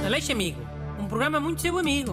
Aleixo Amigo, um programa muito seu amigo.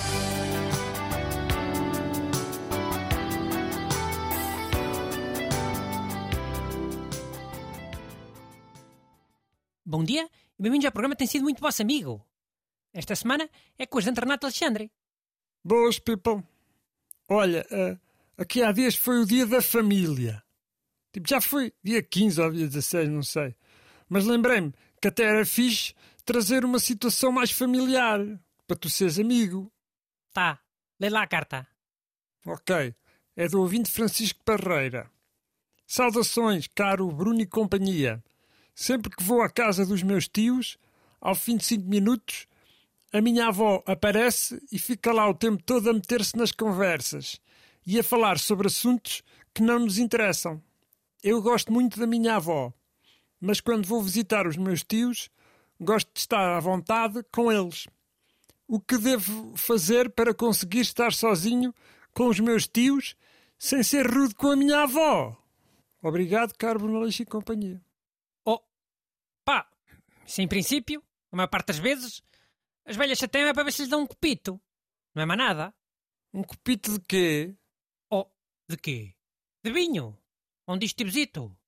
Bom dia e bem-vindos ao programa Tem Sido Muito Vosso Amigo. Esta semana é com o José Renato Alexandre. Boas, people. Olha, aqui há dias foi o dia da família. Tipo, já foi dia 15 ou dia 16, não sei. Mas lembrei-me que até era fixe trazer uma situação mais familiar, para tu seres amigo. Tá, lê lá a carta. Ok, é do ouvinte Francisco Parreira. Saudações, caro Bruno e companhia. Sempre que vou à casa dos meus tios, ao fim de 5 minutos, a minha avó aparece e fica lá o tempo todo a meter-se nas conversas e a falar sobre assuntos que não nos interessam. Eu gosto muito da minha avó, mas quando vou visitar os meus tios, gosto de estar à vontade com eles. O que devo fazer para conseguir estar sozinho com os meus tios sem ser rude com a minha avó? Obrigado, caro Bruno Aleixo e companhia. Oh, pá, isso em princípio, a maior parte das vezes, as velhas chateiam é para ver se lhes dão um copito. Não é mais nada. Um copito de quê? Oh, de quê? De vinho. Um digestivezito.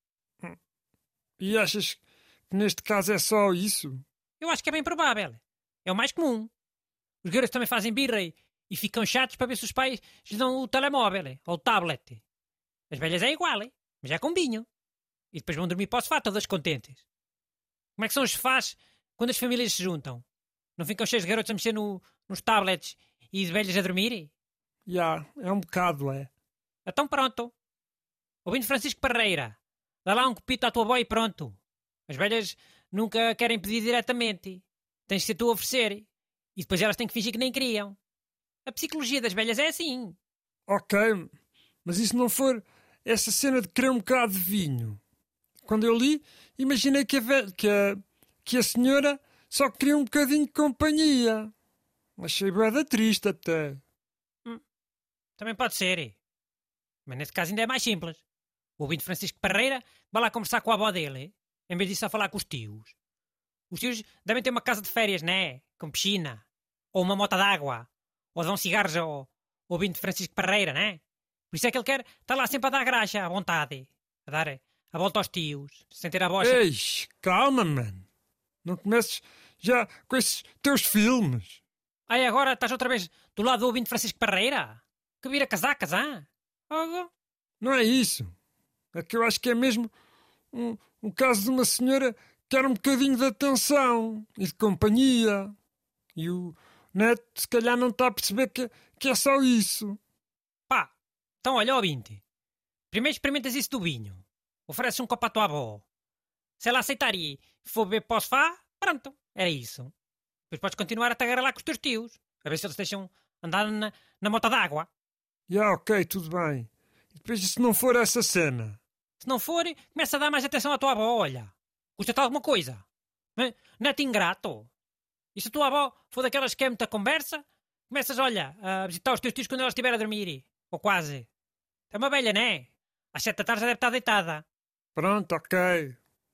E achas que neste caso é só isso? Eu acho que é bem provável. É o mais comum. Os garotos também fazem birra e ficam chatos para ver se os pais lhes dão o telemóvel ou o tablet. As velhas é igual, mas é com vinho. E depois vão dormir para o sofá todas contentes. Como é que são os sofás quando as famílias se juntam? Não ficam cheios de garotos a mexer nos tablets e de velhas a dormir? Já, é um bocado, é. Então pronto. Ouvindo Francisco Parreira, dá lá um copito à tua avó e pronto. As velhas nunca querem pedir diretamente. Tens de ser tu a oferecer. E depois elas têm que fingir que nem queriam. A psicologia das velhas é assim. Ok, mas e se não for essa cena de querer um bocado de vinho? Quando eu li, imaginei que a senhora só queria um bocadinho de companhia. Achei bué triste até. Também pode ser. Mas nesse caso ainda é mais simples. O ouvinte Francisco Parreira vai lá conversar com a avó dele, em vez disso a falar com os tios. Os tios devem ter uma casa de férias, né? Com piscina. Ou uma mota d'água. Ou dão cigarros ao ouvinte Francisco Parreira, né? Por isso é que ele quer estar lá sempre a dar graxa, à vontade. A dar a volta aos tios, sem ter a voz. Ei, calma, mano. Não comeces já com esses teus filmes. Aí agora estás outra vez do lado do ouvinte Francisco Parreira? Que vira casacas, hã? Não é isso. É que eu acho que é mesmo um caso de uma senhora que quer um bocadinho de atenção e de companhia. E o neto se calhar não está a perceber que é só isso. Pá, então olha, ouvinte. Primeiro experimentas isso do vinho. Ofereces um copo à tua avó. Se ela aceitar e for beber para o sofá, pronto, era isso. Depois podes continuar a tagarelar com os teus tios. A ver se eles deixam andar na mota d'água. Ok, tudo bem. E depois, se não for essa cena? Se não for, começa a dar mais atenção à tua avó, olha. Custa-te alguma coisa. Neto ingrato. E se a tua avó for daquelas que é muita conversa, começas, olha, a visitar os teus tios quando ela estiver a dormir. Ou quase. É uma velha, né? Às 7 da tarde já deve estar deitada. Pronto, ok.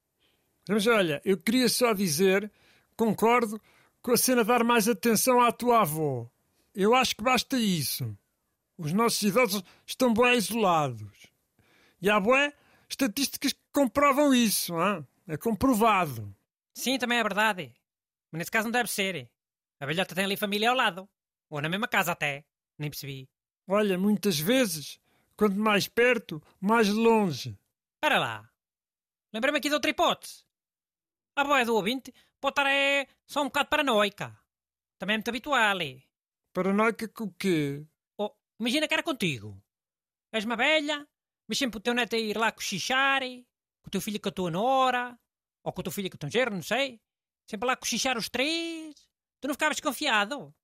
Mas olha, eu queria só dizer, concordo com a cena de dar mais atenção à tua avó. Eu acho que basta isso. Os nossos idosos estão bem isolados. E há bué estatísticas que comprovam isso, hein? É comprovado. Sim, também é verdade. Mas nesse caso não deve ser. A velhota tem ali família ao lado. Ou na mesma casa até. Nem percebi. Olha, muitas vezes, quanto mais perto, mais longe. Para lá. Lembrei-me aqui de outra hipótese. A avó do ouvinte pode estar só um bocado paranoica. Também é muito habitual. Paranoica com o quê? Oh, imagina que era contigo. És uma velha, mas sempre o teu neto a ir lá cochichar, com o teu filho com a tua nora, ou com o teu filho com o teu genro, não sei. Sempre lá cochichar os três. Tu não ficavas desconfiado?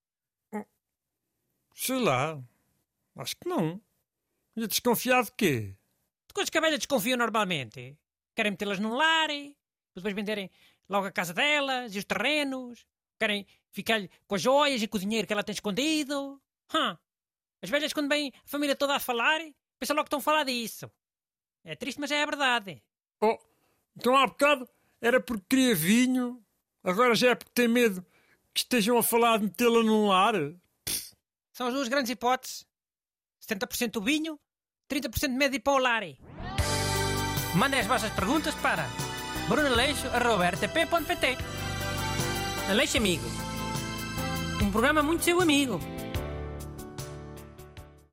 Sei lá. Acho que não. E desconfiado de quê? De coisas que a velha desconfiam normalmente. Querem metê-las num lar, depois venderem logo a casa delas e os terrenos. Querem ficar com as joias e com o dinheiro que ela tem escondido. As velhas, quando vêm a família toda a falar, pensam logo que estão a falar disso. É triste, mas é a verdade. Então há bocado era porque queria vinho, agora já é porque tem medo que estejam a falar de metê-la num lar? São as duas grandes hipóteses. 70% do vinho, 30% de médio para o lar. Mandem as vossas perguntas para brunaleixo@rtp.pt. Aleixo Amigos. Um programa muito seu amigo.